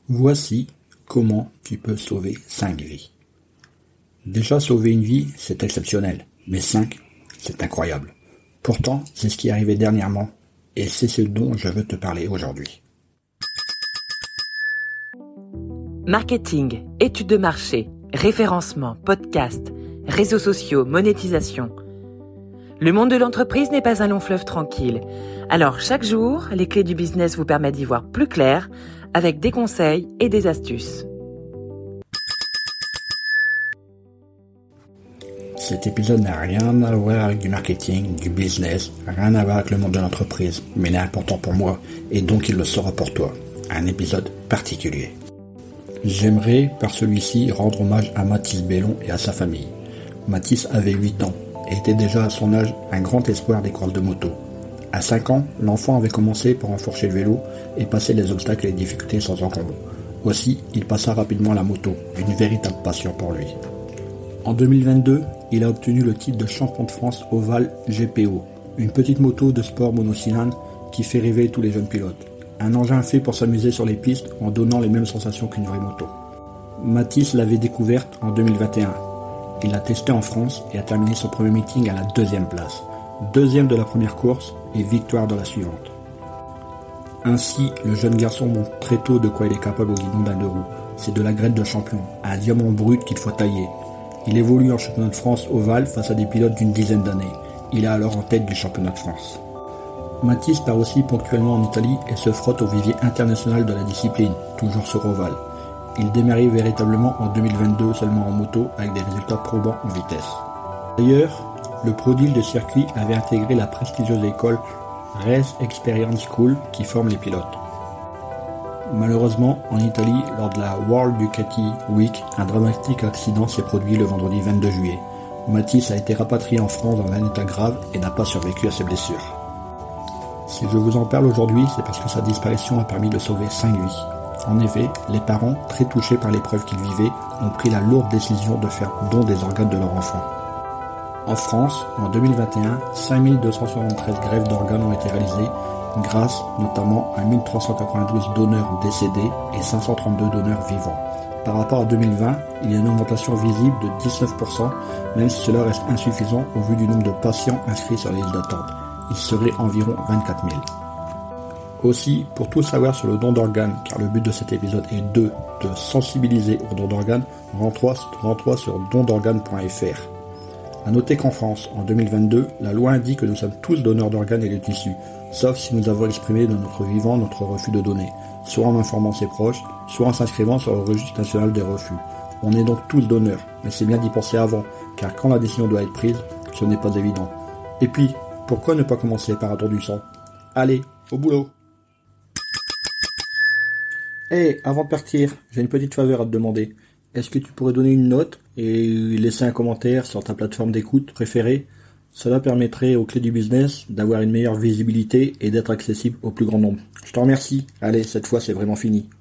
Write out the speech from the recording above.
Voici comment tu peux sauver 5 vies. Déjà, sauver une vie, c'est exceptionnel, mais 5, c'est incroyable. Pourtant, c'est ce qui est arrivé dernièrement, et c'est ce dont je veux te parler aujourd'hui. Marketing, études de marché, référencement, podcast, réseaux sociaux, monétisation. Le monde de l'entreprise n'est pas un long fleuve tranquille. Alors chaque jour, les clés du business vous permettent d'y voir plus clair avec des conseils et des astuces. Cet épisode n'a rien à voir avec du marketing, du business, rien à voir avec le monde de l'entreprise, mais il est important pour moi et donc il le sera pour toi. Un épisode particulier. J'aimerais par celui-ci rendre hommage à Mathis Bellon et à sa famille. Mathis avait 8 ans et était déjà à son âge un grand espoir des courses de moto. À 5 ans, l'enfant avait commencé par enfourcher le vélo et passer les obstacles et les difficultés sans encombre. Aussi, il passa rapidement à la moto, une véritable passion pour lui. En 2022, il a obtenu le titre de champion de France Oval GPO, une petite moto de sport monocylindre qui fait rêver tous les jeunes pilotes. Un engin fait pour s'amuser sur les pistes en donnant les mêmes sensations qu'une vraie moto. Mathis l'avait découverte en 2021. Il l'a testée en France et a terminé son premier meeting à la 2e place. 2e de la première course et victoire dans la suivante. Ainsi, le jeune garçon montre très tôt de quoi il est capable au guidon d'un 2 roues. C'est de la graine de champion, un diamant brut qu'il faut tailler. Il évolue en championnat de France ovale face à des pilotes d'une dizaine d'années. Il est alors en tête du championnat de France. Mathis part aussi ponctuellement en Italie et se frotte au vivier international de la discipline, toujours sur ovale. Il démarrait véritablement en 2022 seulement en moto avec des résultats probants en vitesse. D'ailleurs, le prodile de circuit avait intégré la prestigieuse école Race Experience School qui forme les pilotes. Malheureusement, en Italie, lors de la World Ducati Week, un dramatique accident s'est produit le vendredi 22 juillet. Mathis a été rapatrié en France dans un état grave et n'a pas survécu à ses blessures. Si je vous en parle aujourd'hui, c'est parce que sa disparition a permis de sauver 5 vies. En effet, les parents, très touchés par l'épreuve qu'ils vivaient, ont pris la lourde décision de faire don des organes de leur enfant. En France, en 2021, 5273 greffes d'organes ont été réalisées, grâce notamment à 1392 donneurs décédés et 532 donneurs vivants. Par rapport à 2020, il y a une augmentation visible de 19%, même si cela reste insuffisant au vu du nombre de patients inscrits sur les listes d'attente. Il serait environ 24 000. Aussi, pour tout savoir sur le don d'organes, car le but de cet épisode est de sensibiliser au don d'organes, rends-toi sur dondorganes.fr. A noter qu'en France, en 2022, la loi indique que nous sommes tous donneurs d'organes et de tissus, sauf si nous avons exprimé de notre vivant notre refus de donner, soit en informant ses proches, soit en s'inscrivant sur le registre national des refus. On est donc tous donneurs, mais c'est bien d'y penser avant, car quand la décision doit être prise, ce n'est pas évident. Et puis, pourquoi ne pas commencer par un don du sang ? Allez, au boulot ! Hey, avant de partir, j'ai une petite faveur à te demander. Est-ce que tu pourrais donner une note et laisser un commentaire sur ta plateforme d'écoute préférée ? Cela permettrait aux clés du business d'avoir une meilleure visibilité et d'être accessible au plus grand nombre. Je te remercie. Allez, cette fois c'est vraiment fini.